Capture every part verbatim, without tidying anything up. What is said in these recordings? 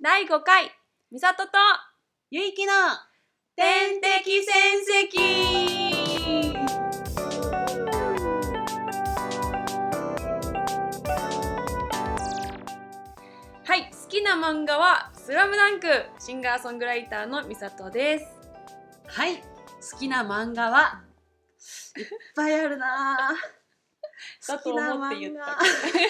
だいごかい、みさととゆいきの天敵戦績。はい、好きな漫画はスラムダンク、シンガーソングライターのみさとです。 はい、好きな漫画はいっぱいあるなだと思って言った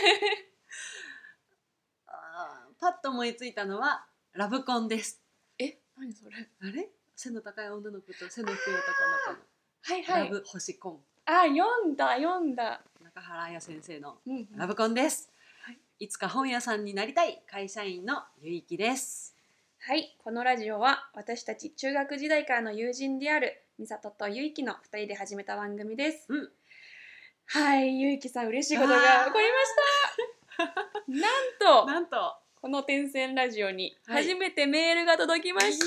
あパッと思いついたのはラブコンです。 え、何それ。 あれ背の高い女の子と背の低い男の子のはいはい、 ラブ星コン、 あ、読んだ読んだ中原彩先生のうんうんラブコンです、 はい、 いつか本屋さんになりたい会社員のゆいきです。 はい、このラジオは私たち中学時代からの友人であるみさととゆいきのふたりで始めた番組です、 うん、 はい、ゆいきさん嬉しいことが起こりましたなんとなんとこの天線ラジオにはい初めてメールが届きました、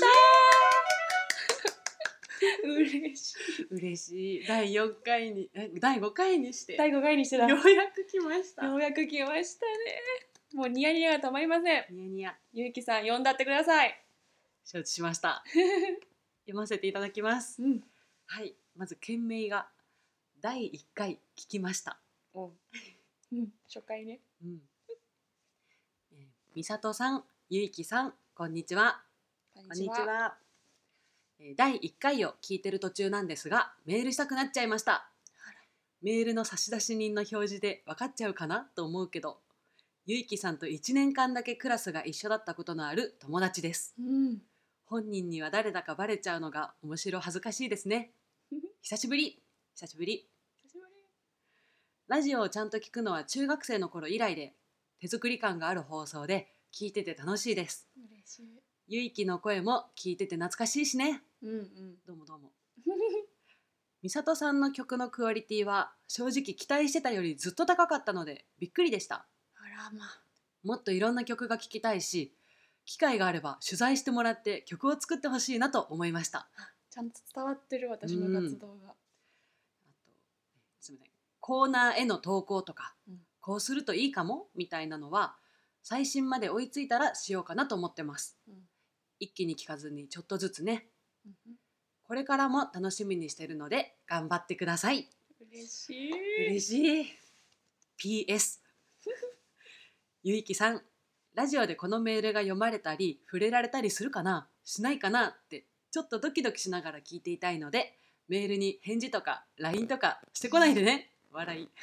嬉しい嬉しい。だいよんかいにえだいごかいにしてだいごかいにしてだようやく来ました。 ようやく来ましたね。もうニヤニヤが止まりません。 ニヤニヤゆいきさん読んだってください。 承知しました読ませていただきます、 うん、 はい、まず件名がだいいっかい聞きました、 おうん、初回ね、 うんえー、みさとさん、ゆいきさん、こんにちは。 こんこんにちは。えー、だいいっかいを聞いてる途中なんですが、メールしたくなっちゃいました。メールの差出人の表示で分かっちゃうかなと思うけど、ゆいきさんといちねんかんだけクラスが一緒だったことのある友達です、 うん、 本人には誰だかバレちゃうのが面白恥ずかしいですね久しぶり久しぶり久しぶり。 ラジオをちゃんと聞くのは中学生の頃以来で、手作り感がある放送で聞いてて楽しいです。 嬉しい。 ゆいきの声も聞いてて懐かしいしね。 うんうん。 どうもどうも。みさとさんの曲のクオリティは正直期待してたよりずっと高かったのでびっくりでした。 あらま。 もっといろんな曲が聴きたいし、機会があれば取材してもらって曲を作ってほしいなと思いました。 ちゃんと伝わってる私の活動が。 あとすみません、コーナーへの投稿とか、 うん、 こうするといいかもみたいなのは最新まで追いついたらしようかなと思ってます、うん、一気に聞かずにちょっとずつね、うん、これからも楽しみにしてるので頑張ってください。 嬉しい嬉しい。 ピーエス ゆいきさん、ラジオでこのメールが読まれたり触れられたりするかなしないかなってちょっとドキドキしながら聞いていたいので、メールに返事とか ライン とかしてこないでね笑い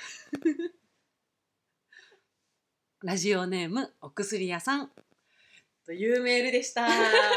ラジオネームお薬屋さんというメールでした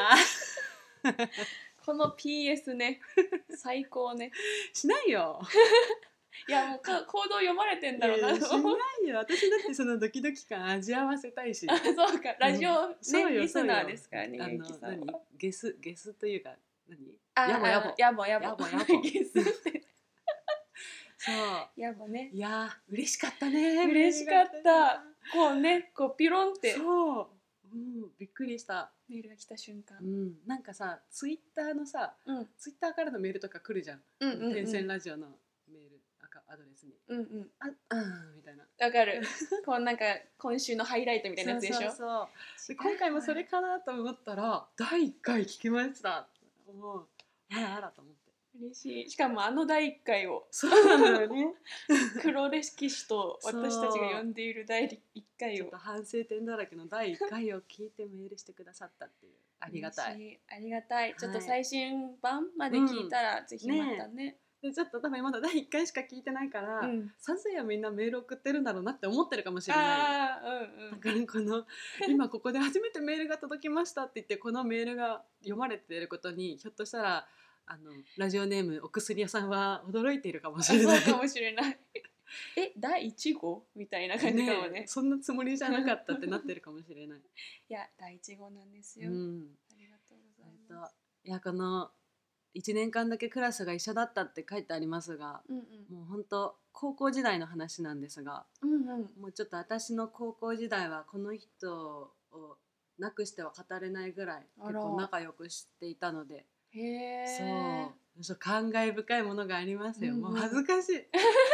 この ピーエス ね最高ねしないよいやもうか行動読まれてんだろうな。 いやいやしないよ、私だってそのドキドキ感味わわせたいしあ、そうか、ラジオ、ね、 うん、 リスナーですからね。 あの何ゲスゲスというか何あやぼやぼやぼやぼやぼやぼゲスってそうやぼね。 いや嬉しかったね。 嬉しかった。こうね、こうピロンってそう、うん、びっくりした。 メールが来た瞬間、 うん、なんかさツイッターのさ、うん、ツイッターからのメールとか来るじゃん、うんうんうん、天線ラジオのメールアドレスに、うんうん、あうんみたいな。わかる。こうなんか今週のハイライトみたいなやつでしょ。そうそうそう。今回もそれかなと思ったらだいいっかい聞きました。もうあらあらと思って嬉しい。しかもあのだいいっかいをそうなんだよね黒歴史と私たちが呼んでいるだいいっかいをちょっと反省点だらけのだいいっかいを聞いてメールしてくださったっていうありがたいありがたい、はい、ちょっと最新版まで聞いたら、うん、ぜひまたねでちょっと多分まだだいいっかいしか聞いてないから、うん、さぞやみんなメール送ってるんだろうなって思ってるかもしれない。あ、うんうん、だからこの今ここで初めてメールが届きましたって言ってこのメールが読まれていることにひょっとしたらあのラジオネームお薬屋さんは驚いているかもしれない。 そうかもしれないえ、だいいち号みたいな感じかも ね, ねそんなつもりじゃなかったってなってるかもしれないいやだいいち号なんですよ、うん、ありがとうございます。 いやこのいちねんかんだけクラスが一緒だったって書いてありますが、うんうん、もう本当高校時代の話なんですが、うんうん、もうちょっと私の高校時代はこの人をなくしては語れないぐらい結構仲良くしていたので、へそうそう感慨深いものがありますよ、うんうん、もう恥ずかしい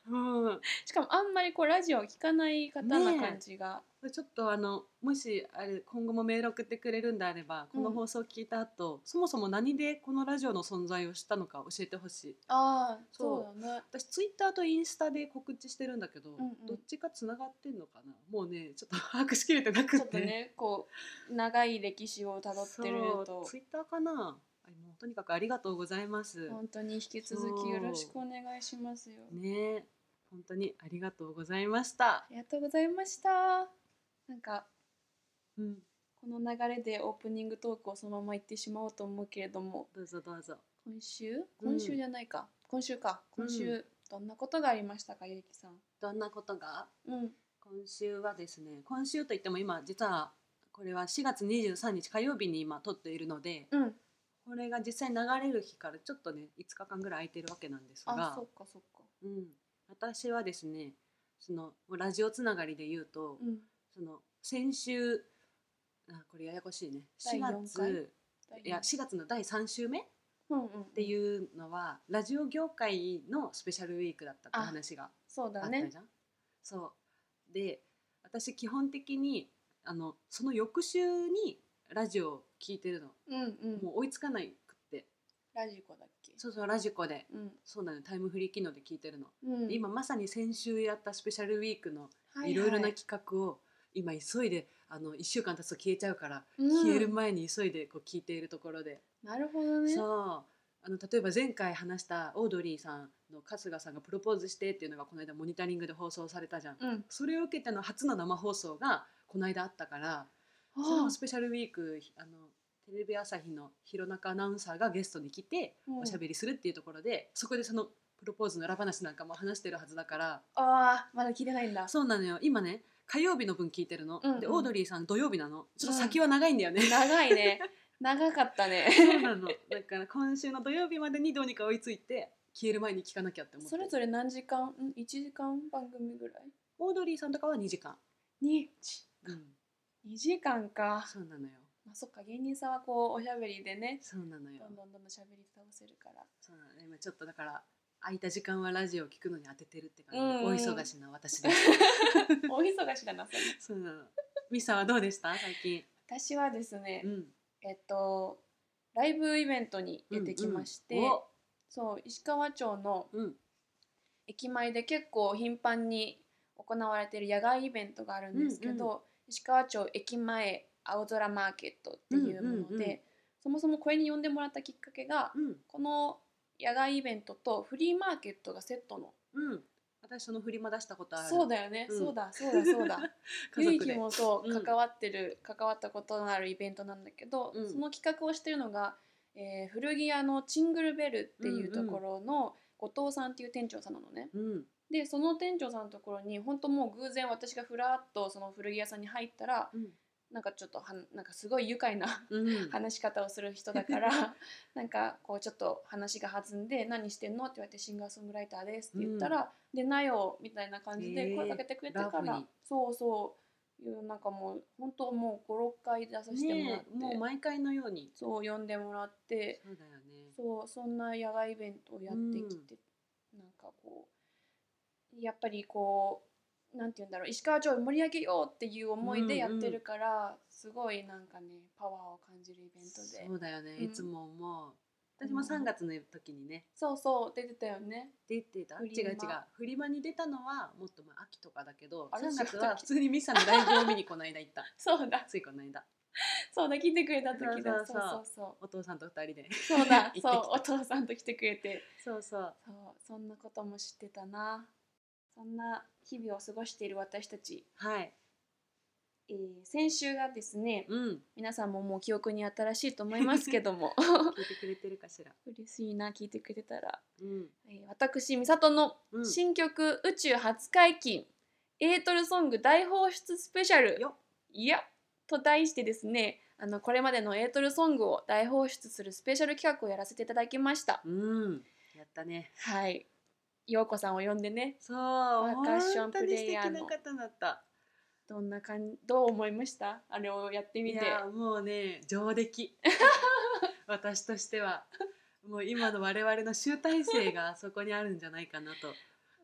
うん、 しかもあんまりこうラジオを聞かない方な感じが、 ね、ちょっとあのもしあれ今後もメール送ってくれるんであれば、この放送を聞いた後、うん、そもそも何でこのラジオの存在をしたのか教えてほしい。 ああ、そうだね。 私ツイッターとインスタで告知してるんだけど、 うんうん、 どっちかつながってんのかな。もうねちょっと把握しきれてなくて、ちょっとねこう長い歴史をたどってるとツイッターかな。もうとにかくありがとうございます。 本当に引き続きよろしくお願いしますよ。 ね、本当にありがとうございました。 ありがとうございました。なんか、 うん、 この流れでオープニングトークをそのまま言ってしまおうと思うけれども、 どうぞどうぞ。 今週今週じゃないか、うん、今週か今週、うん、どんなことがありましたか、ゆうきさん。 どんなことが、 うん、 今週はですね、今週といっても今実はこれはしがつにじゅうさんにち火曜日に今撮っているので、 うん、 これが実際流れる日からちょっとねいつかかんぐらい空いてるわけなんですが、 あ、そっかそっか、 うん、私はですね、そのラジオつながりで言うと、 うん、 その先週、あ、これややこしいね、しがついやしがつのだいさん週目っていうのはラジオ業界のスペシャルウィークだったって話があったじゃん。 そうだね。 そうで、私基本的にあのその翌週にラジオを聞いてるの、 うんうん、 もう追いつかないくって。 ラジコだっけ。 そうそう、ラジコで、うん、そうなの、タイムフリー機能で聞いてるの、うん、今まさに先週やったスペシャルウィークのいろいろな企画を今急いで、あのいっしゅうかん経つと消えちゃうから、うん、消える前に急いでこう聞いているところで。 なるほどね。 そう、あの例えば前回話したオードリーさんの春日さんがプロポーズしてっていうのがこの間モニタリングで放送されたじゃん、うん、それを受けての初の生放送がこの間あったから、それもスペシャルウィーク、あのテレビ朝日の弘中アナウンサーがゲストに来ておしゃべりするっていうところで、うん、そこでそのプロポーズの裏話なんかも話してるはずだから。 あー、まだ聞いてないんだ。 そうなのよ、今ね火曜日の分聞いてるの、うんうん、でオードリーさん土曜日なの。ちょっと先は長いんだよね、 うん、長いね長かったねそうなの、だから今週の土曜日までにどうにか追いついて消える前に聞かなきゃって思って。 それぞれ何時間、んいちじかん番組ぐらい。 オードリーさんとかはにじかん。 にじかん、うん、にじかんか。 そうなのよ。 まあ、そっか、芸人さんはこうおしゃべりでね、 そうなのよ、 どんどんどんどんしゃべり倒せるから。 そうなのね、今ちょっとだから空いた時間はラジオを聞くのに当ててるって感じで、うん、大忙しな私です大忙しだなそれ。 そうなの。ミサはどうでした最近。 私はですね、 うん、 えっとライブイベントに出てきまして、うんうん、そう石川町の駅前で結構頻繁に行われている野外イベントがあるんですけど、うんうん、石川町駅前青空マーケットっていうもので、うんうんうん、そもそもこれに呼んでもらったきっかけが、うん、この野外イベントとフリーマーケットがセットの、 うん、私そのフリマ出したことある。 そうだよね、うん、そうだそうだそうだゆいきもそう関わってる、うん、関わったことのあるイベントなんだけど、うん、その企画をしてるのが、えー、古着屋のチングルベルっていうところの後藤さんっていう店長さんなのね、うん、でその店長さんのところに本当もう偶然私がふらっとその古着屋さんに入ったら、うん、なんかちょっとはなんかすごい愉快な、うん、話し方をする人だからなんかこうちょっと話が弾んで何してんのって言われてシンガーソングライターですって言ったら、うん、でなよみたいな感じで声かけてくれてから、えー、そうそういうなんかもう本当もうごろっかい出させてもらって、 ね、もう毎回のようにそう呼んでもらって、 そうだよね、 そうそんな野外イベントをやってきて、うん、なんかこうやっぱりこうなんて言うんだろう、石川町を盛り上げようっていう思いでやってるから、うんうん、すごいなんかねパワーを感じるイベントで。 そうだよね、うん、いつも思う。私もさんがつの時にね、 うん、そうそう出てたよね。 出てた。違う違う、フリマに出たのはもっと前秋とかだけど、さんがつは普通にミサのライブを見にこの間行ったそうだ、 ついこの間そうだ、来てくれた時だ。 そうそうそうそう、お父さんとふたりでそうだそうお父さんと来てくれてそうそうそう、そんなことも知ってたな。そんな日々を過ごしている私たち、 はい、 えー、先週がですね、うん、皆さんももう記憶に新しいと思いますけども聞いてくれてるかしら。 嬉しいな、聞いてくれたら、うんえー、私美里の新曲、うん、宇宙初解禁エートルソング大放出スペシャルいやと題してですね、あのこれまでのエートルソングを大放出するスペシャル企画をやらせていただきました。 うん、やったね。 はい、陽子さんを呼んでね、 そう、 パーカッションプレイヤーの本当に素敵な方だった。 どんな感じ、どう思いました？あれをやってみて。 いやもうね上出来私としてはもう今の我々の集大成がそこにあるんじゃないかなと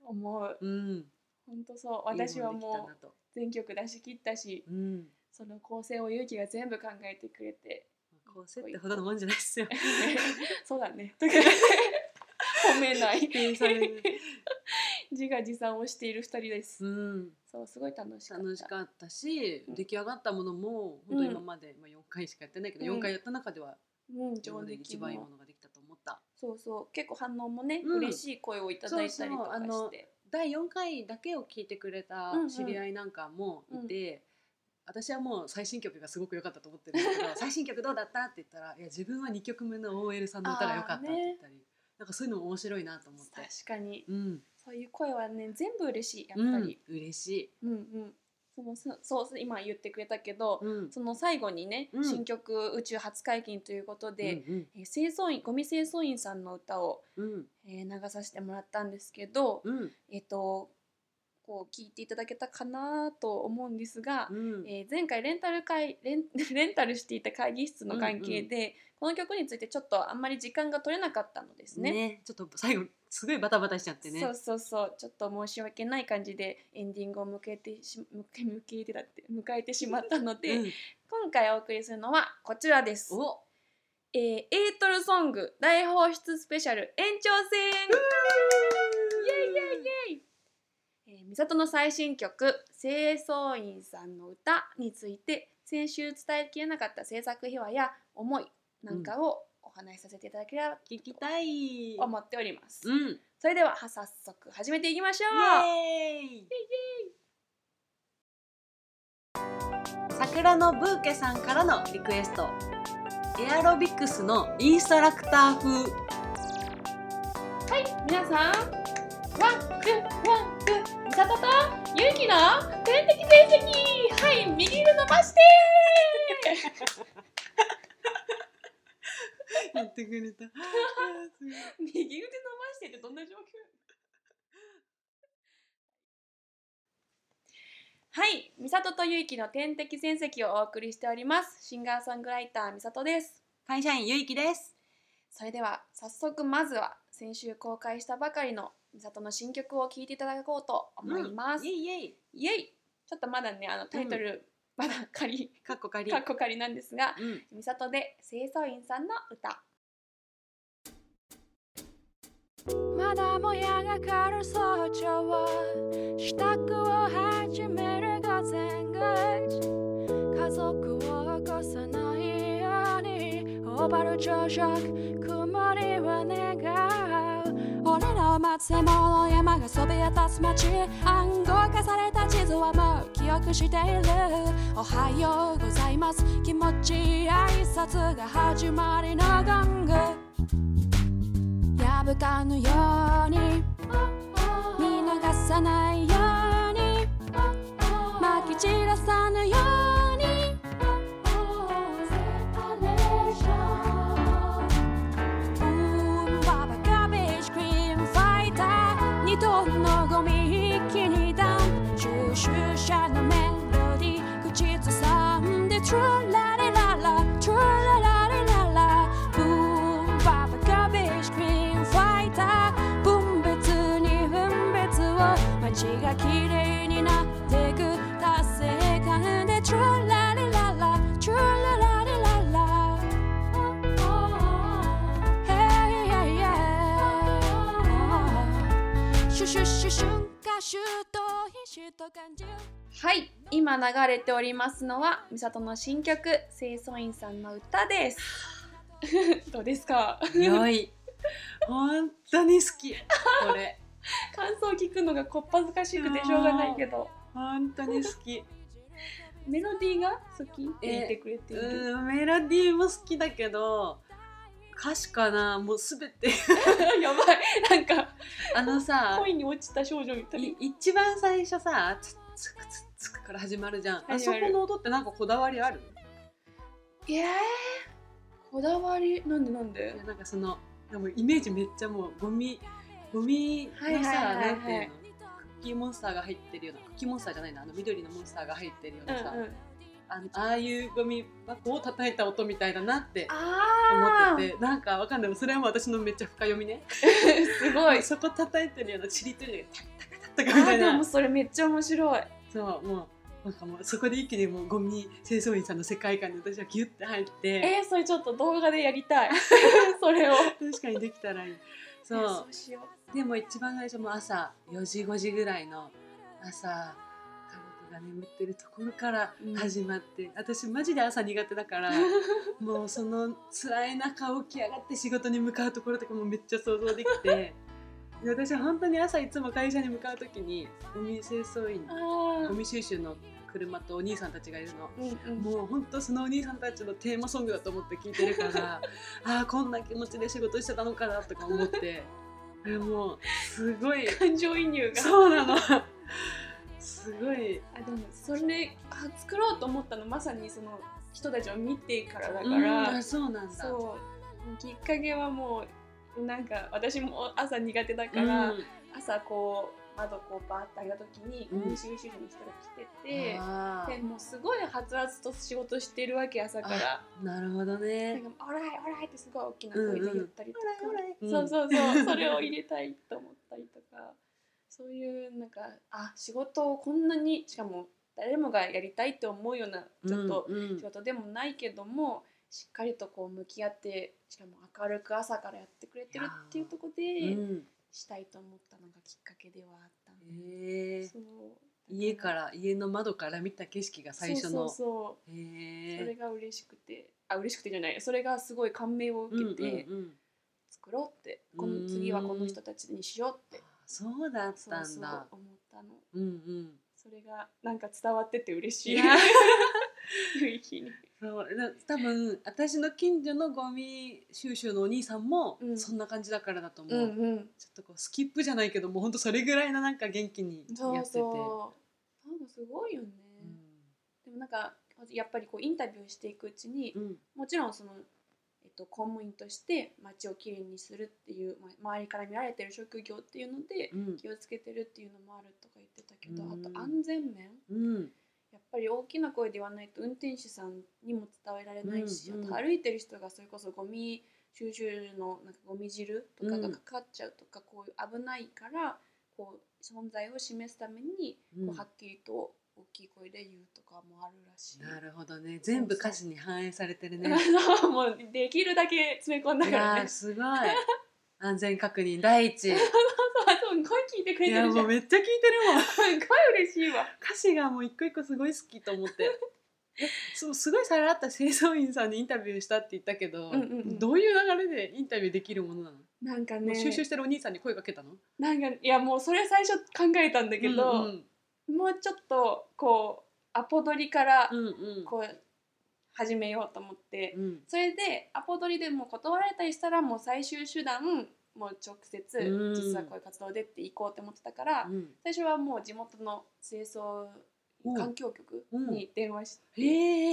思う。 うん。 本当そう。私はもう全曲出し切ったし、うん、その構成をゆうきが全部考えてくれて。 構成ってほどのもんじゃないっすよ。 そうだね。褒めない。自画自賛をしているふたりです。うん、そうすごい楽しかった。 楽しかったし、うん、出来上がったものも本当今まで、うん、まあよんかいしかやってないけど、うん、よんかいやった中では、うん、上手一番いいものができたと思った。 そうそう結構反応もね、うん、嬉しい声をいただいたりとかして。そうそうだいよんかいだけを聞いてくれた知り合いなんかもいて、うんうん、私はもう最新曲がすごく良かったと思ってるんだけど最新曲どうだったって言ったらいや自分はにきょくめの オーエル さんの歌が良かったって言ったり、ね、なんかそういうのも面白いなと思って。 確かに、うん、そういう声はね全部嬉しいやっぱり、 うん、嬉しい、うんうん、 そのそう今言ってくれたけど、うん、その最後にね、うん、新曲宇宙初解禁ということで、うんうんえー、清掃員ゴミ清掃員さんの歌を、うんえー、流させてもらったんですけど、うん、えっとこう聞いていただけたかなと思うんですが、うんえー、前回レンタル会レン、レンタルしていた会議室の関係で、うんうん、この曲についてちょっとあんまり時間が取れなかったのですね。 ねちょっと最後すごいバタバタしちゃってね。 そうそうそうちょっと申し訳ない感じでエンディングを迎えてし迎え迎えてだって迎えてしまったので、うん、今回お送りするのはこちらです。おえー、エートルソング大放出スペシャル延長戦イエイイエイイエイえー、美里の最新曲清掃員さんの歌について先週伝えきれなかった制作秘話や思いなんかをお話しさせていただければと聞きたい思っております、うん、それでは早速始めていきましょう。イエーイイエイ桜のブーケさんからのリクエストエアロビクスのインストラクター風。 はい皆さんワンクワンク美里とゆうきの天敵成績はい右腕伸ばして言ってくれた右腕伸ばしてってどんな状況はい美里とゆうきの天敵戦績をお送りしておりますシンガーソングライター美里です。 会社員ゆうきです。 それでは早速まずは先週公開したばかりの美里の新曲を聴いていただこうと思います、 うん、イエイイエイイエイちょっとまだねあのタイトル、うん、まだ仮カッコ仮カッコ仮なんですが、うん、美里で清掃員さんの歌。まだもやがかる早朝支度を始める午前口家族を起こさないようにオーバル朝食曇りは願う俺らを待つ獲物山がそびえ立つ街暗号化された地図はもう記憶しているおはようございます気持ちいい挨拶が始まりのゴング破かぬように見逃さないようにまき散らさぬように二トンのゴミ一気にダンプ収集車のメロディー口ずさんでトゥラリララトゥララリララブーンババガベージクリーンファイター分別に分別を街がきれいになってく達成感でトゥラリララトゥララリララヘイヘイヘイシュシュシュシュンカシュとひしと感じる。はい今流れておりますのは美里の新曲清掃員さんの歌ですどうですか？ 良い本当に好きこれ感想聞くのがこっぱずかしくてしょうがないけど本当に好きメロディーが好きって言ってくれている。 うんメロディーも好きだけど歌詞かなもうすべてやばいなんかあのさ恋に落ちた少女みたいい一番最初さつつくつつくから始まるじゃん。あそこの音ってなんかこだわりある？ えー、こだわりなんでなんで？ いやなんかそのでもイメージめっちゃもうゴミゴミのさ、はいはいはいはい、なんていうのクッキーモンスターが入ってるようなクッキーモンスターじゃないなあの緑のモンスターが入ってるようなさ、うんうん、 あのああいうゴミ箱を叩いた音みたいだなって思ってて、なんかわかんない、それはもう私のめっちゃ深読みねすごいそこ叩いてるようなちりとりでタッタカタッタカみたいな。 あでもそれめっちゃ面白い。 そうもうなんかもうそこで一気にもうゴミ清掃員さんの世界観に私はギュッて入って、 えー、それちょっと動画でやりたいそれを確かにできたらいい。そう、そうしよう。でも一番最初も朝よじごじぐらいの朝家族が眠ってるところから始まって、うん、私マジで朝苦手だからもうその辛い中起き上がって仕事に向かうところとかもめっちゃ想像できてで私は本当に朝いつも会社に向かう時にゴミ清掃員ゴミ収集の車とお兄さんたちがいるの、うんうん、もう本当そのお兄さんたちのテーマソングだと思って聞いてるからああこんな気持ちで仕事してたのかなとか思ってもうすごい感情移入がそうなのすごい。 あでもそれあ作ろうと思ったのまさにその人たちを見てからだから、 うん、そうなんだ。 そうきっかけはもうなんか私も朝苦手だから、うん、朝こう窓こうバーッと開いた時にゴミ収集車の人が来てて、うん、でもうすごいはつらつと仕事してるわけ朝から。 なるほどね。 なんかオライオライってすごい大きな声で言ったりとか、うんうん、そうそうそうそれを入れたいと思ったりとかそういうなんかあ仕事をこんなにしかも誰もがやりたいって思うようなちょっと仕事でもないけども、うんうん、しっかりとこう向き合ってしかも明るく朝からやってくれてるっていうところで、うん、したいと思ったのがきっかけではあったので、 へー、そう家から家の窓から見た景色が最初のそうそうそう、へー、それが嬉しくてあ嬉しくてじゃないそれがすごい感銘を受けて、うんうんうん、作ろうってこの次はこの人たちにしようってそうだったんだ。 そうそう思ったの、 うんうん、 それがなんか伝わってて嬉しい雰囲気に。 そう多分私の近所のゴミ収集のお兄さんもそんな感じだからだと思う、うんうん、ちょっとこうスキップじゃないけどもうほんとそれぐらいのなんか元気にやっててそうそうなんかすごいよね、うん、でもなんかやっぱりこうインタビューしていくうちに、うん、もちろんそのえっと、公務員として街をきれいにするっていう、まあ、周りから見られてる職業っていうので気をつけてるっていうのもあるとか言ってたけど、うん、あと安全面、うん、やっぱり大きな声で言わないと運転手さんにも伝えられないし、うんうん、あと歩いてる人がそれこそゴミ収集のなんかゴミ汁とかがかかっちゃうとか、うん、こういう危ないからこう存在を示すためにこうはっきりと大きい声で言うとかもあるらしい。 なるほどね。全部歌詞に反映されてるね。 もうできるだけ詰め込んだからね。 いやすごい。安全確認第一。 そうそうそうすごい聞いてくれてるじゃん。 いやもうめっちゃ聞いてるもん。すごい嬉しいわ。 歌詞がもう一個一個すごい好きと思って。そうすごいさらった清掃員さんにインタビューしたって言ったけど、うんうんうん、どういう流れでインタビューできるものなの？ なんかね。 収集してるお兄さんに声かけたの？ なんかいやもうそれ最初考えたんだけど、うんうん、もうちょっとこうアポ取りからこう始めようと思って、うんうん、それでアポ取りでも断られたりしたらもう最終手段もう直接実はこういう活動でって行こうって思ってたから、うん、最初はもう地元の清掃環境局に電話して、うん、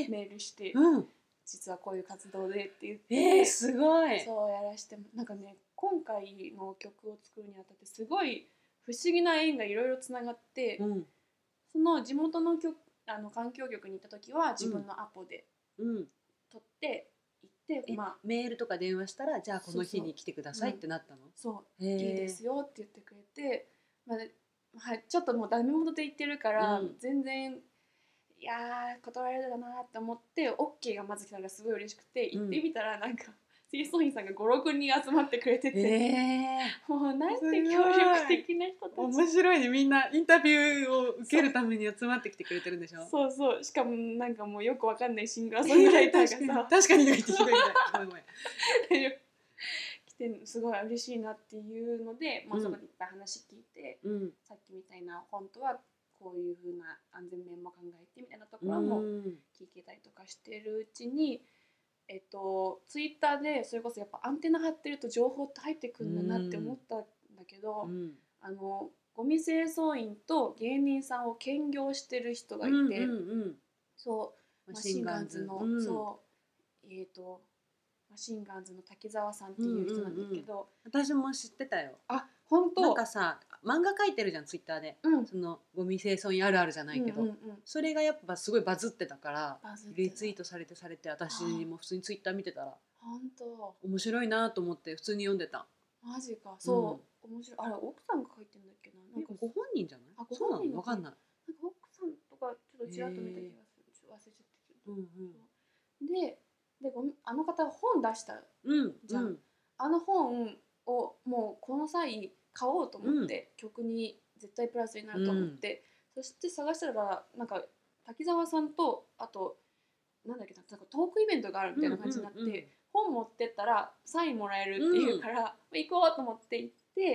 メールして、うん、実はこういう活動でって言って、 えー、すごいそうやらしてもなんかね今回の曲を作るにあたってすごい不思議な縁がいろいろつながって、うん、その地元の曲あの環境局に行った時は自分のアポで取って行って、うん、まあ、 メールとか電話したらじゃあこの日に来てくださいってなったの？ そう、いいですよって言ってくれて、まあはい、ちょっともうダメ元で言ってるから、うん、全然いやー断られるだなって思って OK がまず来たのがすごい嬉しくて行ってみたらなんか、うん、清掃員さんがごろくにん集まってくれてて、えー、もうなんて協力的な人たち。 面白いね。みんなインタビューを受けるために集まってきてくれてるんでしょ？ そうそうしかもなんかもうよくわかんないシンガーソングライターがさ確かに言ってひどいごめんごめん来てすごい嬉しいなっていうので、まあ、そこでいっぱい話聞いて、うん、さっきみたいな本当はこういう風な安全面も考えてみたいなところも聞けたりとかしてるうちに、えっと、ツイッターでそれこそやっぱアンテナ張ってると情報って入ってくるんだなって思ったんだけど、うん、あのゴミ清掃員と芸人さんを兼業してる人がいて、うんうんうん、そうマシンガンズの、うん、そうえっとマシンガンズの滝沢さんっていう人なんだけど、うんうんうん、 私も知ってたよ。 あ本当なんかさ漫画描いてるじゃんツイッターで、 うん、 そのゴミ清掃員あるあるじゃないけど、 うんうんうん、 それがやっぱすごいバズってたからバズってたリツイートされてされて私も普通にツイッター見てたら本当面白いなと思って普通に読んでた。 マジか、そう、面白い。あれ奥さんが書いてんだっけな、なんかご本人じゃない？ あ、ご本人がわかんない。 なんか奥さんとかちょっとちらっと見た気がする、ちょっと忘れちゃったけど、 うんうん、ででごめんあの方本出したうんじゃん、 うん、 あの本をもうこの際買おうと思って、うん、曲に絶対プラスになると思って、うん、そして探したらなんか滝沢さんとあとなんだっけな、なんかトークイベントがあるみたいな感じになって、うんうんうん、本持ってったらサインもらえるっていうから、うん、行こうと思って行って、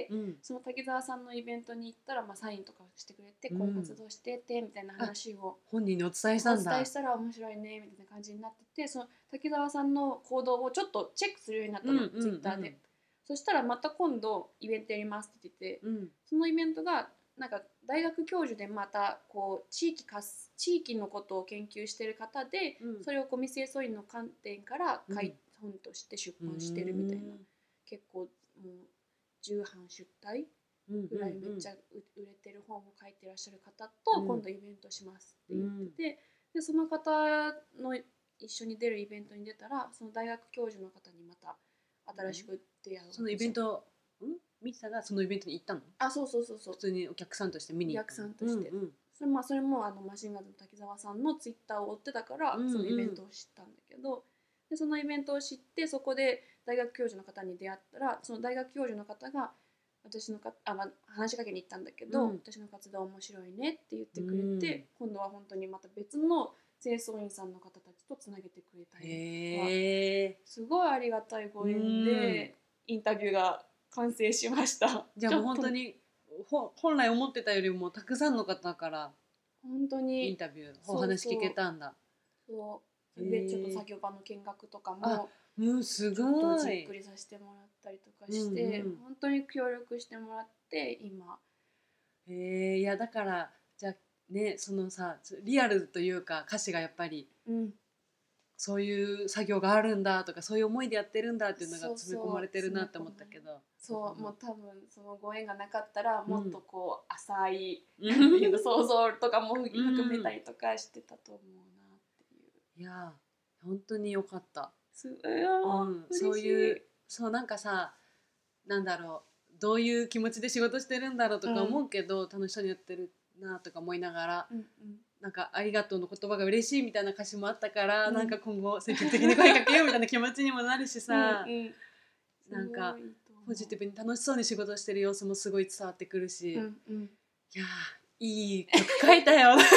うん、その滝沢さんのイベントに行ったら、まあ、サインとかしてくれて、うん、こう活動しててみたいな話を本人にお伝えしたんだ。 お伝えしたら面白いねみたいな感じになってて、その滝沢さんの行動をちょっとチェックするようになったの、うんうんうん、ツイッターで。そしたらまた今度イベントやりますって言ってて、うん、そのイベントがなんか大学教授でまたこう地域かす地域のことを研究してる方で、うん、それをゴミ清掃員の観点から書い、うん、本として出版してるみたいな、結構もうじゅうはん出題ぐらいめっちゃ売れてる本を書いてらっしゃる方と今度イベントしますって言ってて、でその方の一緒に出るイベントに出たらその大学教授の方にまた新しく出会う、 うん、そのイベントんミキさんがそのイベントに行ったの？ あ、そうそうそうそう。 普通にお客さんとして見に行ったの？ お客さんとして。うんうん、それまあそれもあのマシンガンズの滝沢さんのツイッターを追ってたから、うんうん、そのイベントを知ったんだけど、でそのイベントを知ってそこで大学教授の方に出会ったら、その大学教授の方が私のかあ、まあ、話しかけに行ったんだけど、うん、私の活動面白いねって言ってくれて、うん、今度は本当にまた別の清掃員さんの方たちとつなげてくれたりとか、すごいありがたいご縁でインタビューが完成しました。 じゃあもう本当に本来思ってたよりもたくさんの方から本当にインタビューお話聞けたんだ。 そうそうでちょっと作業場の見学とかもうんすごいちょっとじっくりさせてもらったりとかして、うんうん、本当に協力してもらって今。 へえ、いやだからじゃあねそのさリアルというか歌詞がやっぱり、うん、そういう作業があるんだとかそういう思いでやってるんだっていうのが詰め込まれてるなって思ったけど、 そう、うん、もう多分そのご縁がなかったらもっとこう浅い、うん、っていう想像とかも含めたりとかしてたと思うなっていう。 いや本当によかった。 すごいよ、 うん、そういうそうなんかさなんだろうどういう気持ちで仕事してるんだろうとか思うけど、うん、楽しそうにやってるなとか思いながら、うんうん、なんかありがとうの言葉が嬉しいみたいな歌詞もあったから、うん、なんか今後積極的に声かけようみたいな気持ちにもなるしさうん、うん、なんかポジティブに楽しそうに仕事してる様子もすごい伝わってくるし、うんうん、いやいい曲書いたよありがと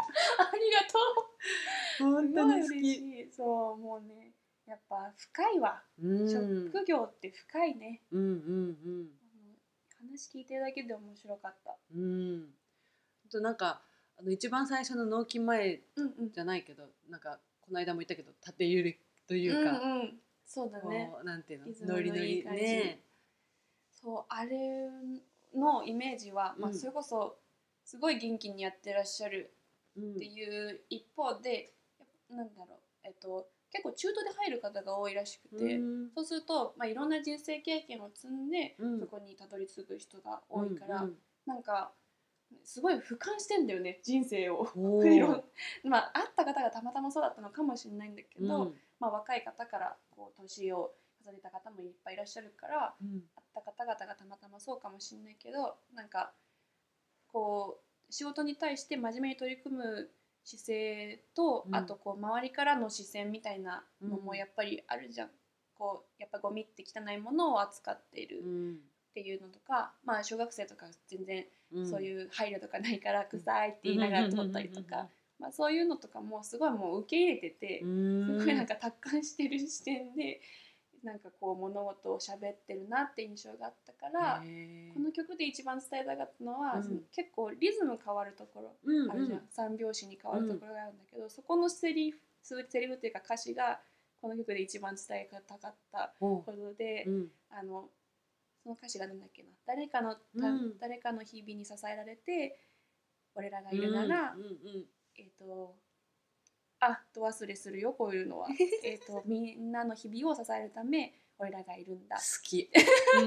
う本当に好き。 そうもうねやっぱ深いわ、うん、職業って深いね、うんうんうん、話聞いてるだけで面白かった。 うん、となんかあの一番最初の納期前じゃないけど、うんうん、なんかこの間も言ったけど縦揺れというか、 うんうん、そうだね、 なんていうのノリノリね、 そうあれのイメージは、うんまあ、それこそすごい元気にやってらっしゃるっていう一方で、うん、なんだろうえっと結構中途で入る方が多いらしくて、うん、そうすると、まあ、いろんな人生経験を積んで、うん、そこにたどり着く人が多いから、うんうん、なんかすごい俯瞰してんだよね人生をまあ会った方がたまたまそうだったのかもしれないんだけど、うんまあ、若い方からこう年を重ねた方もいっぱいいらっしゃるから、うん、会った方々がたまたまそうかもしれないけどなんかこう仕事に対して真面目に取り組む姿勢と、うん、あとこう周りからの視線みたいなのもやっぱりあるじゃん、うん、こうやっぱゴミって汚いものを扱っているっていうのとか、まあ小学生とか全然そういう配慮とかないから臭いって言いながら通ったりとか、まあ、そういうのとかもすごいもう受け入れててすごいなんか達観してる視点でなんかこう物事を喋ってるなって印象があったからこの曲で一番伝えたかったのは、うん、その結構リズム変わるところあるじゃん、うんうん、三拍子に変わるところがあるんだけど、うん、そこのセリフセリフっていうか歌詞がこの曲で一番伝えたかったことで、うん、あのその歌詞がなんだっけな誰かの、うん、誰かの日々に支えられて俺らがいるなら、うんうんうん、えっとあど忘れするよこういうのはえっとみんなの日々を支えるため俺らがいるんだ好き、うん、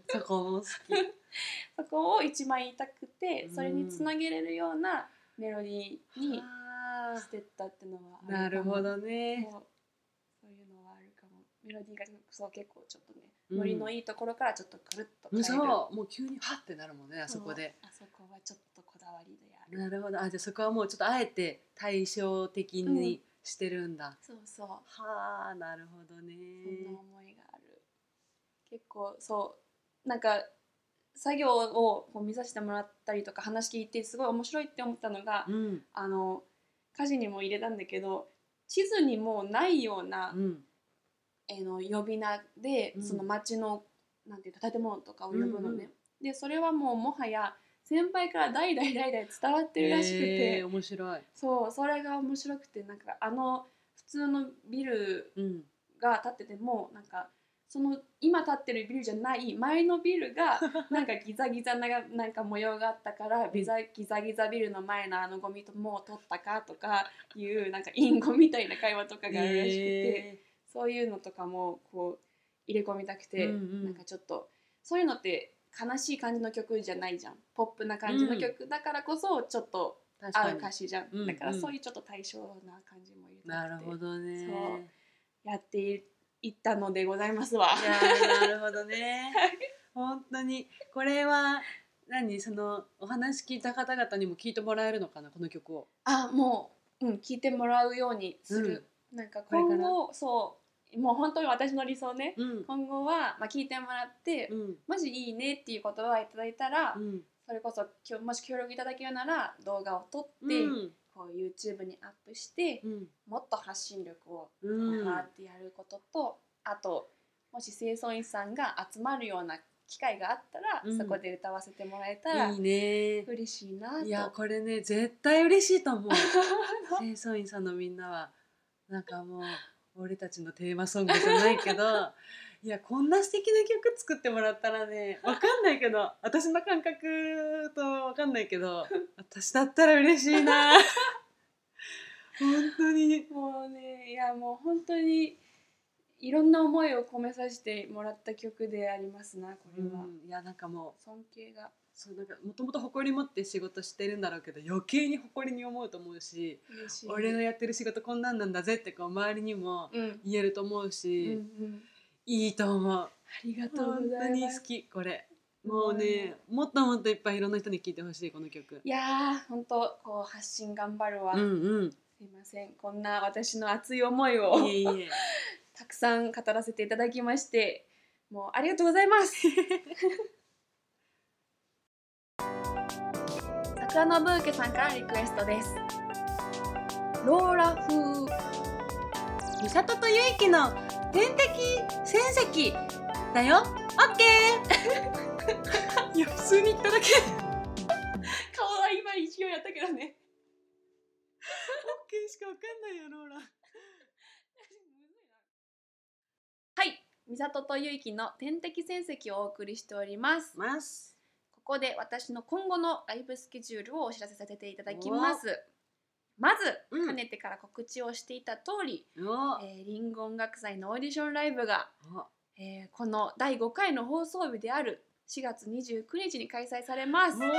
そこも好きそこを一番言いたくて、それにつなげれるようなメロディーにしてったっていうのはあるかも。 なるほどね。 もうそういうのはあるかも。メロディーがそう結構ちょっとね、ノリのいいところからちょっとくるっと変える。 そうもう急にハッてなるもんね、あそこで。 あそこはちょっとこだわりである。 なるほど。あじゃあそこはもうちょっとあえて対照的にしてるんだ。 そうそう。 はあなるほどね。 そんな思いがある。結構そうなんか作業をこう見させてもらったりとか話聞いてすごい面白いって思ったのが、 うん、 あの歌詞にも入れたんだけど地図にもないような、うん、えの呼び名で、うん、その町のなんていうか建物とかを呼ぶのね、うんうん、でそれはもうもはや先輩から代々代々伝わってるらしくて、 えー、面白い。 そうそれが面白くてなんかあの普通のビルが建っててもなんかその今建ってるビルじゃない前のビルがなんかギザギザななんか模様があったからギザギザギザビルの前のあのゴミともう取ったかとかいうなんか隠語みたいな会話とかがあるらしくて、えー、そういうのとかもこう入れ込みたくて、うんうん、なんかちょっとそういうのって悲しい感じの曲じゃないじゃん、ポップな感じの曲だからこそちょっと合う歌詞じゃん、うんうん、だからそういうちょっと対照な感じも入れたくて、 なるほどね、 そうやっている行ったのでございますわ。 いやなるほどね本当にこれは何そのお話聞いた方々にも聞いてもらえるのかなこの曲を。 あもう、うん、聞いてもらうようにする、うん、なんか今後そうもう本当に私の理想ね、うん、今後は、まあ、聞いてもらって、うん、もしいいねっていう言葉をいただいたら、うん、それこそもし協力いただけるなら動画を撮って、うんこう YouTube にアップして、うん、もっと発信力をガーってやることと、うん、あともし清掃員さんが集まるような機会があったら、うん、そこで歌わせてもらえたらいいね嬉しいなと。 いやこれね絶対嬉しいと思う清掃員さんのみんなはなんかもう俺たちのテーマソングじゃないけどいやこんな素敵な曲作ってもらったらね分かんないけど私の感覚と分かんないけど私だったら嬉しいな本当にもうねいやもう本当にいろんな思いを込めさせてもらった曲でありますなこれは、 うん、いやなんかもう尊敬がそうなんかもともと誇り持って仕事してるんだろうけど余計に誇りに思うと思うし俺のやってる仕事こんなんなんだぜってこう周りにも言えると思うし、うんうんうん、いいと思う。ありがとうございます。 本当に好きこれもうねもっともっといっぱいいろんな人に聴いてほしいこの曲。 いやー本当こう発信頑張るわ、うんうん、すいませんこんな私の熱い思いをいえいえたくさん語らせていただきましてもうありがとうございます桜のブーケさんからリクエストです。ローラ風美里とゆいきの天敵戦績だよ。オッケーいや普通に言っただけ顔は今一応やったけどねオッケーしかわかんないよローラはい、美里とゆいきの天敵戦績をお送りしております。 ますここで私の今後のライブスケジュールをお知らせさせていただきます。まず、うん、かねてから告知をしていた通り、えー、リンゴ音楽祭のオーディションライブが、えー、このだいごかいの放送日であるしがつにじゅうくにちに開催されます。も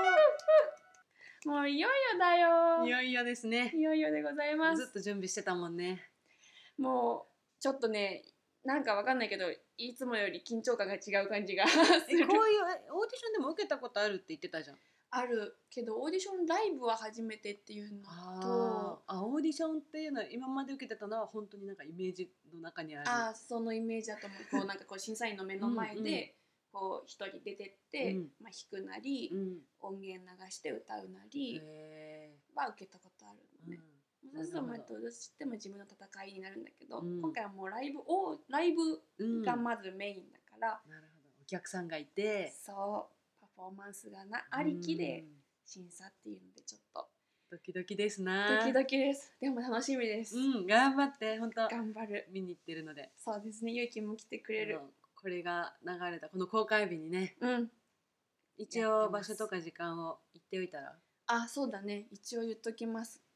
ういよいよだよ。 いよいよですね。 いよいよでございます。 ずっと準備してたもんね。 もうちょっとねなんかわかんないけどいつもより緊張感が違う感じがする。こういうオーディションでも受けたことあるって言ってたじゃん。 あるけどオーディションライブは初めてっていうのとああオーディションっていうのは今まで受けてたのは本当になんかイメージの中にあるあそのイメージだと思うこうなんかこう審査員の目の前でこう一人出てって、うんまあ、弾くなり、うん、音源流して歌うなりは受けたことあるのね、うん、そうするとまあどうしても自分の戦いになるんだけど、うん、今回はもうライブをライブがまずメインだから、 うん、なるほどお客さんがいてそうパフォーマンスがなありきで審査っていうのでちょっとドキドキですな。 ドキドキです。でも楽しみです。 うん頑張って本当頑張る見に行ってるので。 そうですねゆうきも来てくれる、うん、 これが流れたこの公開日にね、うん、一応場所とか時間を言っておいたらあそうだね一応言っときます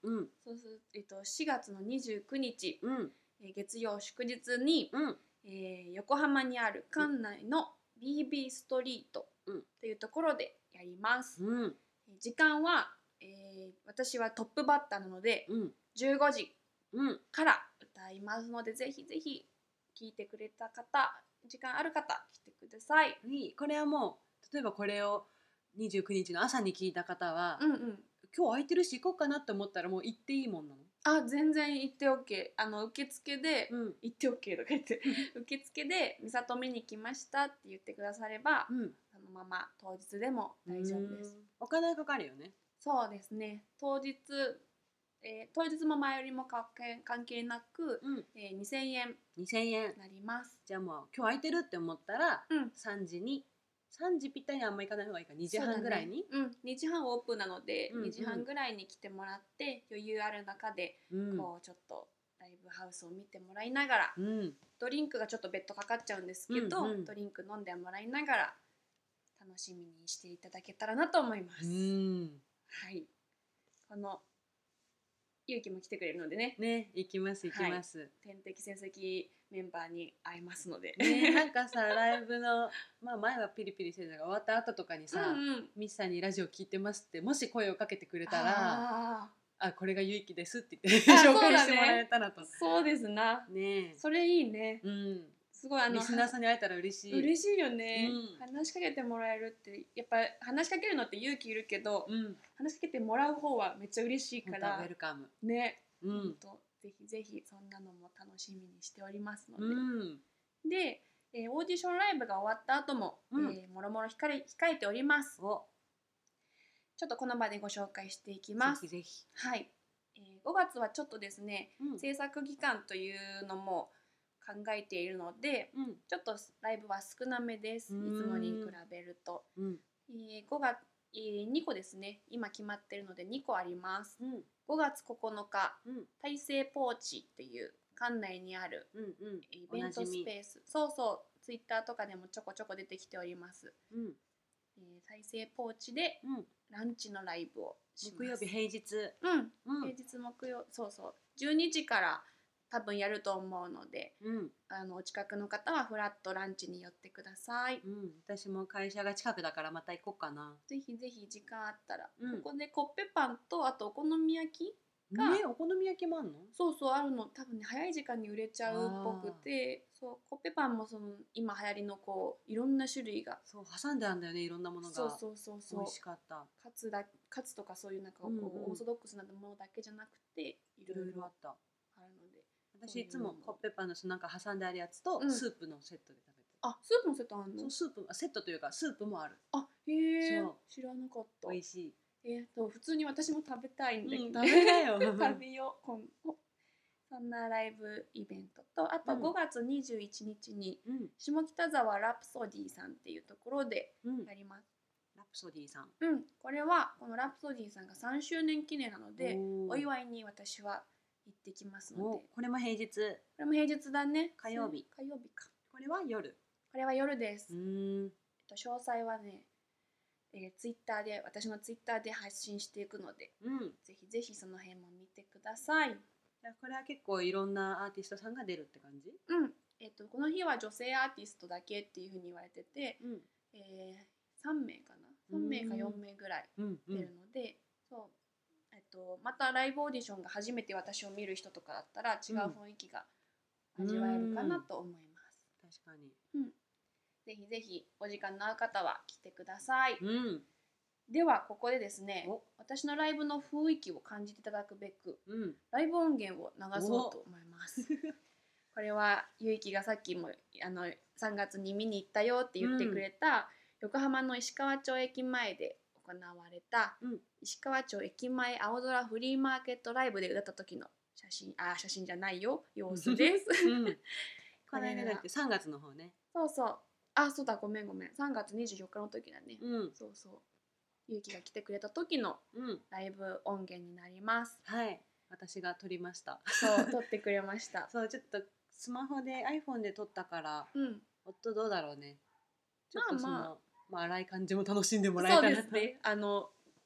うん、 そうする、えっと、しがつのにじゅうくにち、 うん、 えー、月曜祝日に、 うんえー、横浜にある館内の ビービー ストリートというところでやります。 うん、 時間は、えー、私はトップバッターなので、 うん、 じゅうごじから歌いますので、ぜひぜひ聞いてくれた方、時間ある方来てください。 いい。これはもう例えばこれをにじゅうくにちの朝に聞いた方は、 うんうん、 今日空いてるし行こうかなって思ったらもう行っていいもんなの？ あ、全然行って OK。 あの受付で、 うん、 行って OK とか言って受付で「美里見に来ました」って言ってくだされば、 うん、 そのまま当日でも大丈夫です。 お金かかるよね。 そうですね、当日、えー、当日も前よりも関係関係なく、 うん、 えー、にせんえんにせんえんになります。 じゃあもう今日空いてるって思ったら、 うん、 さんじにさんじぴったりにあんま行かない方がいいか、にじはんぐらいに、 う、ね、うん、にじはんオープンなので、 うんうん、 にじはんぐらいに来てもらって余裕ある中で、 うん、 こうちょっとライブハウスを見てもらいながら、 うん、 ドリンクがちょっと別途かかっちゃうんですけど、 うんうん、 ドリンク飲んでもらいながら楽しみにしていただけたらなと思います。 うん、 はい、このゆうきも来てくれるのでね。 ね、行きます行きます。はい、 天敵戦績メンバーに会えますので。 ね、なんかさライブのまあ前はピリピリしてたが終わった後とかにさ、 うんうん、 ミスさんにラジオ聞いてますってもし声をかけてくれたら、ああこれがゆいきですって言って紹介してもらえたらと。 そうですな。ね、それいいね。うん。すごいあのリスナーさんに会えたら嬉しい。 嬉しいよね、うん、話しかけてもらえるってやっぱ話しかけるのって勇気いるけど、うん、話しかけてもらう方はめっちゃ嬉しいからウェルカムね、うん、とぜひぜひそんなのも楽しみにしておりますので、うん、で、えー、オーディションライブが終わった後も、うん、えー、もろもろ控えております。おちょっとこの場でご紹介していきます。 ぜひぜひ。 はい、えー、ごがつはちょっとですね、うん、制作期間というのも考えているので、うん、ちょっとライブは少なめです。いつもに比べると、うん、えー、ごがつ、えー、にこですね、今決まっているのでにこあります。うん、ごがつここのか、うん、大成ポーチっていう館内にあるイベントスペース、そうそう、ツイッターとかでもちょこちょこ出てきております、うん、えー、大成ポーチでランチのライブをします。 木曜日平日、 うん、うん、平日木曜、そうそうじゅうにじから多分やると思うので、うん、あのお近くの方はフラットランチに寄ってください。 うん、私も会社が近くだからまた行こうかな。 ぜひぜひ時間あったら、うん、ここでコッペパンとあとお好み焼きが、 ね、お好み焼きもあるの？ そうそうあるの。多分ね早い時間に売れちゃうっぽくて、そうコッペパンもその今流行りのこういろんな種類がそう挟んであるんだよね、いろんなものが。そうそうそうそう、美味しかった。 カツだカツとかそういうなんかこう、うんうん、オーソドックスなものだけじゃなくていろいろあったあるので。 私いつもコッペパンのなんか挟んであるやつとスープのセットで食べてる、 うん、あ、スープのセットあるの？ そう、スープセットというかスープもある。 あ、へえ、そう知らなかった。 美味しい。 えー、と普通に私も食べたいんだけど、うん、 食べなよ食べよう今度。そんなライブイベントと、あとごがつにじゅういちにちに下北沢ラプソディさんっていうところでやります、 うん、ラプソディさん、 うん、これはこのラプソディさんがさんしゅうねん記念なので お, お祝いに私は行ってきますので。 これも平日？これも平日だね。 火曜日。 火曜日か。 これは夜？ これは夜です。うん、えっと、詳細はね、えー、ツイッターで私のツイッターで発信していくので、うん、ぜひぜひその辺も見てください。 これは結構いろんなアーティストさんが出るって感じ？ うん、えっと、この日は女性アーティストだけっていうふうに言われてて、うん、えー、さんめいかなさんめいかよんめいぐらい出るので、うんうん、そう、えっと、またライブオーディションが初めて私を見る人とかだったら違う雰囲気が味わえるかなと思います、 うん、確かに、 うん、ぜひぜひお時間の合う方は来てください、うん、ではここでですね、私のライブの雰囲気を感じていただくべく、うん、ライブ音源を流そうと思いますこれはゆいきがさっきもあのさんがつに見に行ったよって言ってくれた、うん、横浜の石川町駅前で行われた、うん、石川町駅前青空フリーマーケットライブで歌った時の写真、あ、写真じゃないよ、様子です、うん、 これがだってさんがつの方ね。 そうそう、あ、そうだ、ごめんごめん、さんがつにじゅうよっかの時だね、うん、そうそう、ゆうきが来てくれた時のライブ音源になります、 うん、はい、私が撮りました。 そう、撮ってくれましたそう、ちょっとスマホで iPhone で撮ったから、うん、夫どうだろうね、ちょっとその、まあまあ、まあ、荒い感じも楽しんでもらえたら。 そうですね、あの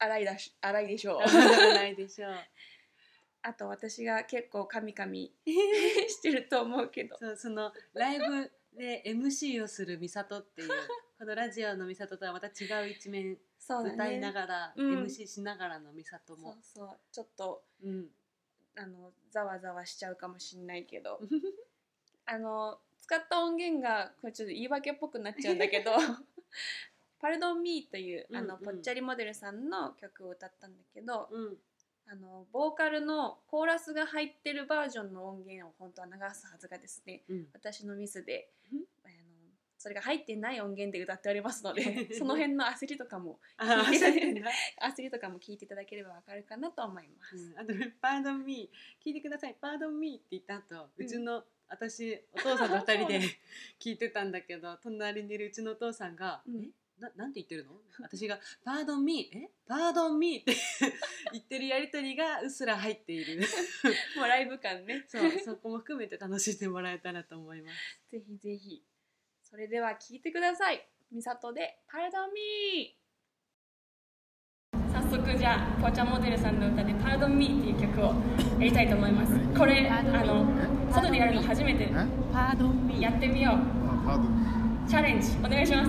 荒いだし荒いでしょう荒いでしょうあと私が結構カミカミしてると思うけどそうそのライブで エムシー をするミサトっていうこのラジオのミサトとはまた違う一面、そうだね、歌いながら、うん、エムシー しながらのミサトもそうそうちょっと、うん、あのざわざわしちゃうかもしれないけどあの使った音源がこれちょっと言い訳っぽくなっちゃうんだけどパルドンミーというあの、うんうん、ぽっちゃりモデルさんの曲を歌ったんだけど、うん、あのボーカルのコーラスが入ってるバージョンの音源を本当は流すはずがですね、うん、私のミスで、うん、あのそれが入ってない音源で歌っておりますのでその辺の焦りとかも聞いて焦りとかも聞いていただければわかるかなと思います、うん、 あと「パードンミー聞いてくださいパードンミー」って言った後、うん、うちの私お父さんとふたりで聞いてたんだけど隣にいるうちのお父さんが「うん、えな, なんて言ってるの?」私が「パードンミーえパードンミー」って言ってるやりとりがうっすら入っているもうライブ感ねそうそこも含めて楽しんでもらえたらと思いますぜひぜひそれでは聴いてくださいミサトでパードンミー早速じゃあぽーちゃんモデルさんの歌でパードンミーっていう曲をやりたいと思いますこれあの外でやるの初めてパードンミーやってみようチャレンジお願いします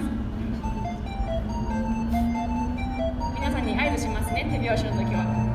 皆さんに合図しますね手拍子の時は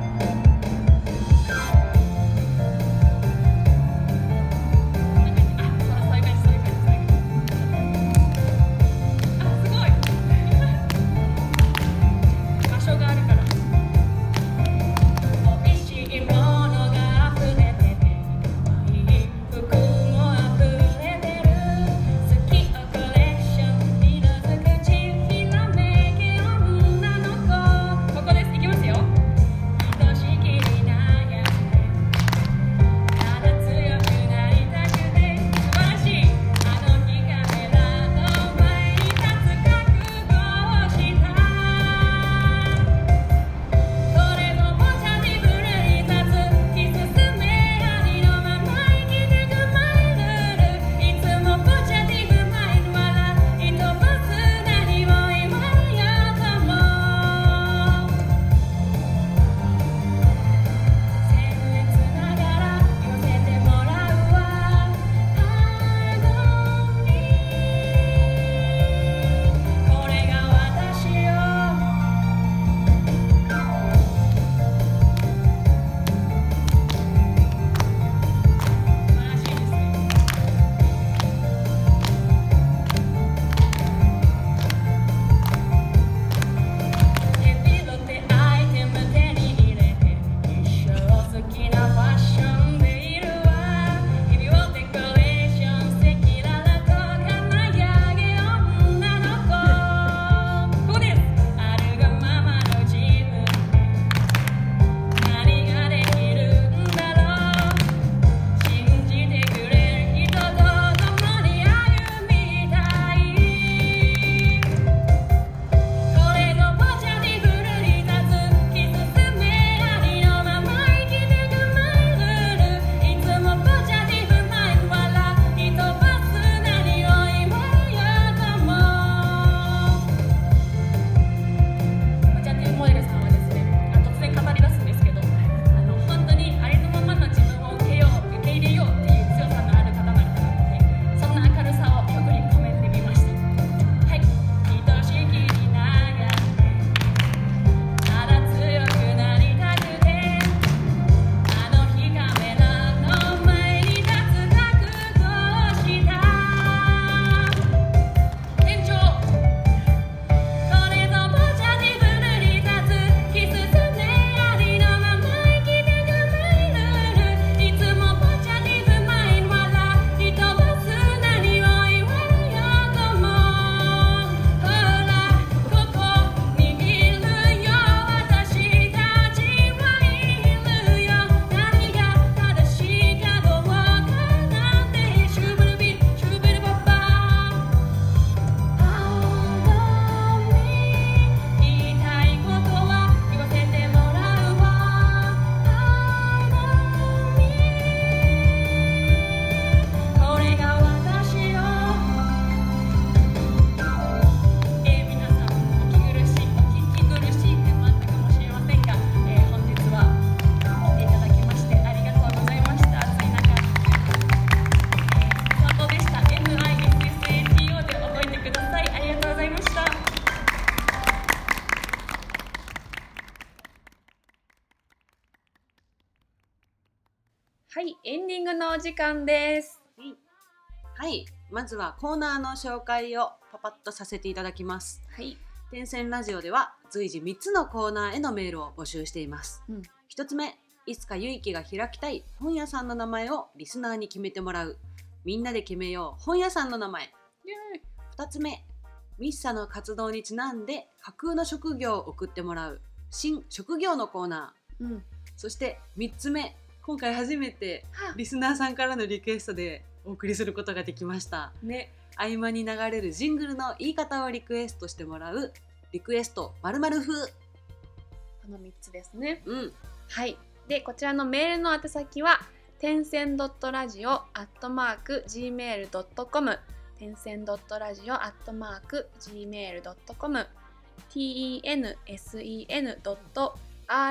お時間です。 はい、まずはコーナーの紹介をパパッとさせていただきます。 はい。 天線ラジオでは随時みっつのコーナーへのメールを募集しています。うん、ひとつめ、いつかゆいきが開きたい本屋さんの名前をリスナーに決めてもらう。みんなで決めよう本屋さんの名前。ふたつめ、ミッサの活動にちなんで架空の職業を送ってもらう新職業のコーナー。うん、そしてみっつめ、今回初めてリスナーさんからのリクエストでお送りすることができました。ね。合間に流れるジングルの言い方をリクエストしてもらうリクエスト〇〇風。 このみっつですね。 うん。 はい。で、こちらのメールの宛先は天線 .radio アットマーク ジーメールドットコム 天線 .radio アットマーク ジーメールドットコム tensen.radio ア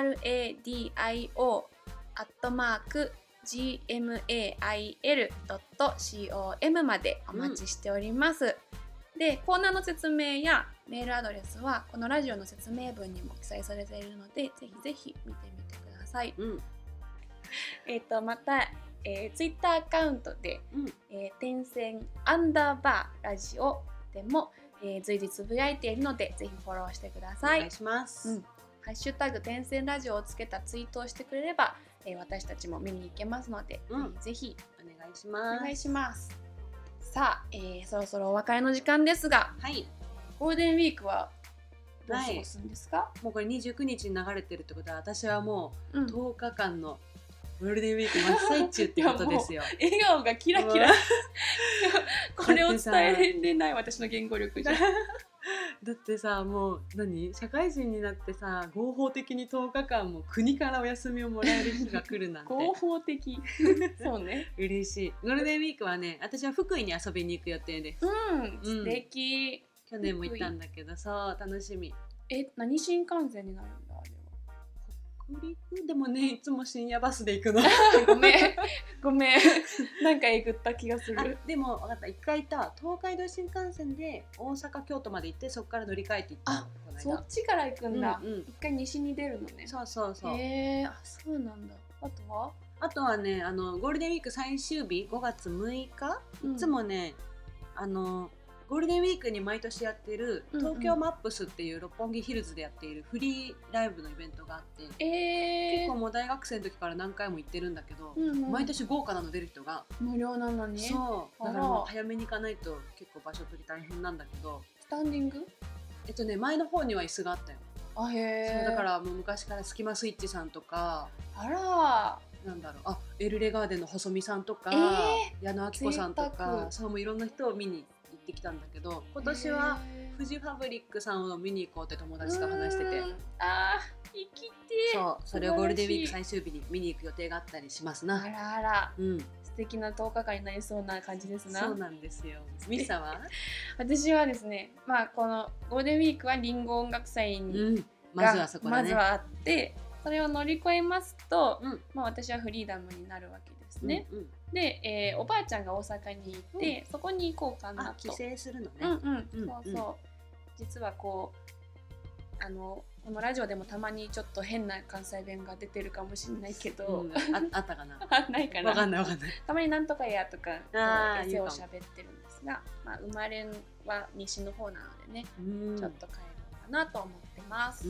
ットマークジーエムエーアイエルドットコム までお待ちしております、うん、でコーナーの説明やメールアドレスはこのラジオの説明文にも記載されているのでぜひぜひ見てみてください、うん、えっとまた、えー、ツイッターアカウントで、うんえー、天線アンダーバーラジオでも、えー、随時つぶやいているのでぜひフォローしてください。 お願いします、うん、 ハッシュタグ天線ラジオをつけたツイートをしてくれればえー、私たちも見に行けますので、うん、ぜひぜひお願いします。 お願いします。さあ、えー、そろそろお別れの時間ですが、はい、ゴールデンウィークはどう過ごすんですか？はい、 もうこれにじゅうくにちに流れてるってことは私はもうとおかかんのゴールデンウィーク真っ最中ってことですよ。 笑顔がキラキラこれを伝えれない私の言語力じゃだってさ、もう何社会人になってさ合法的にとおかかんも国からお休みをもらえる日が来るなんて合法的そうね嬉しい。ゴールデンウィークはね私は福井に遊びに行く予定です。 うん、素敵。 去年も行ったんだけどそう楽しみ。 え、何新幹線になるんだあれは？ 北陸でもねいつも深夜バスで行くのごめんごめんなんかえぐった気がする。 でも分かった、一回行った東海道新幹線で大阪京都まで行ってそこから乗り換えて行ったの。 あ、そっちから行くんだ、うんうん、一回西に出るのね。 そうそうそう。 へえ、あ、そうなんだ。あとはあとはねあのゴールデンウィーク最終日ごがつむいか、うん、いつもねあのゴールデンウィークに毎年やってる東京マップスっていう六本木ヒルズでやっているフリーライブのイベントがあって、えー、結構もう大学生の時から何回も行ってるんだけど、うんうん、毎年豪華なの出る人が無料なのに。 そうだからもう早めに行かないと結構場所取り大変なんだけど。 スタンディング？ えっとね前の方には椅子があったよ。 あ、へー。 そうだからもう昔からスキマスイッチさんとか、 あらなんだろう、あエルレガーデンの細見さんとか、えー、矢野顕子さんとか、そうもういろんな人を見に行ってきたんだけど、今年はフジファブリックさんを見に行こうって友達と話してて、 あー行きてー。 そうそれをゴールデンウィーク最終日に見に行く予定があったりしますな。 あらあら、うん、素敵なとおかかんになりそうな感じですな。 そうなんですよ。ミサは私はですね、まあこのゴールデンウィークはリンゴ音楽祭に、うん、 まずはそこだね。 まずはあって、それを乗り越えますと、うん、まあ私はフリーダムになるわけですね、うんうん、で、えー、おばあちゃんが大阪に行って、うん、そこに行こうかなと。 帰省するのね。 うんうん、うん、そうそう、実はこうあのこのラジオでもたまにちょっと変な関西弁が出てるかもしれないけど、うん、 あ, あったかなないかな。 わかんないわかんない。 たまになんとかやとかエセを喋ってるんですが、まあ、生まれは西の方なのでね、ちょっと帰ろうかなと思ってます。 うん、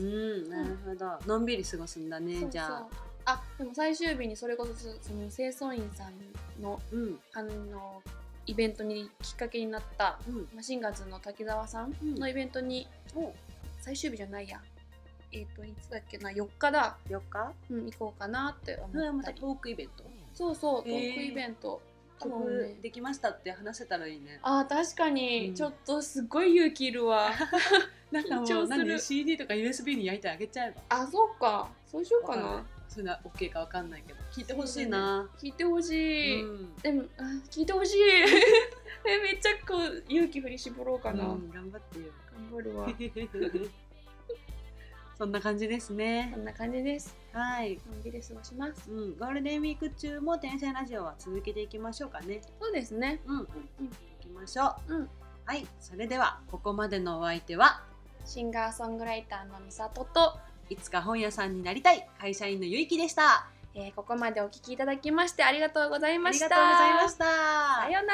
なるほど、うん、のんびり過ごすんだね。そうそう、じゃああでも最終日にそれこそその清掃員さんの、うん、あのイベントにきっかけになった、うん、マシンガンズの滝沢さんのイベントに、うん、最終日じゃないやえっ、ー、といつだっけな、よっかだよっか、 うん、行こうかなって思ったり。 またトークイベント。 そうそう、トークイベント、 曲できましたって話せたらいいね。 あー確かに、うん、ちょっとすごい勇気いるわなんかもう何 シーディー とか ユーエスビー に焼いてあげちゃえば。 あ、そうか、そうしようかな。 それは OK かわかんないけど聞いてほしいな。 聞いてほしい、うん、でもあ聞いてほしいえめっちゃこう勇気振り絞ろうかな、うん、 頑張ってよ。 頑張るわそんな感じですね。 そんな感じです。 はい。 のんびり過ごします。 うん。ゴールデンウィーク中も天線ラジオは続けていきましょうかね。 そうですね。 うん。うん。行きましょう。うん。はい。それではここまでのお相手はシンガーソングライターのみさとといつか本屋さんになりたい会社員のゆいきでした。 えー、ここまでお聞きいただきましてありがとうございました。 ありがとうございました。 さようなら。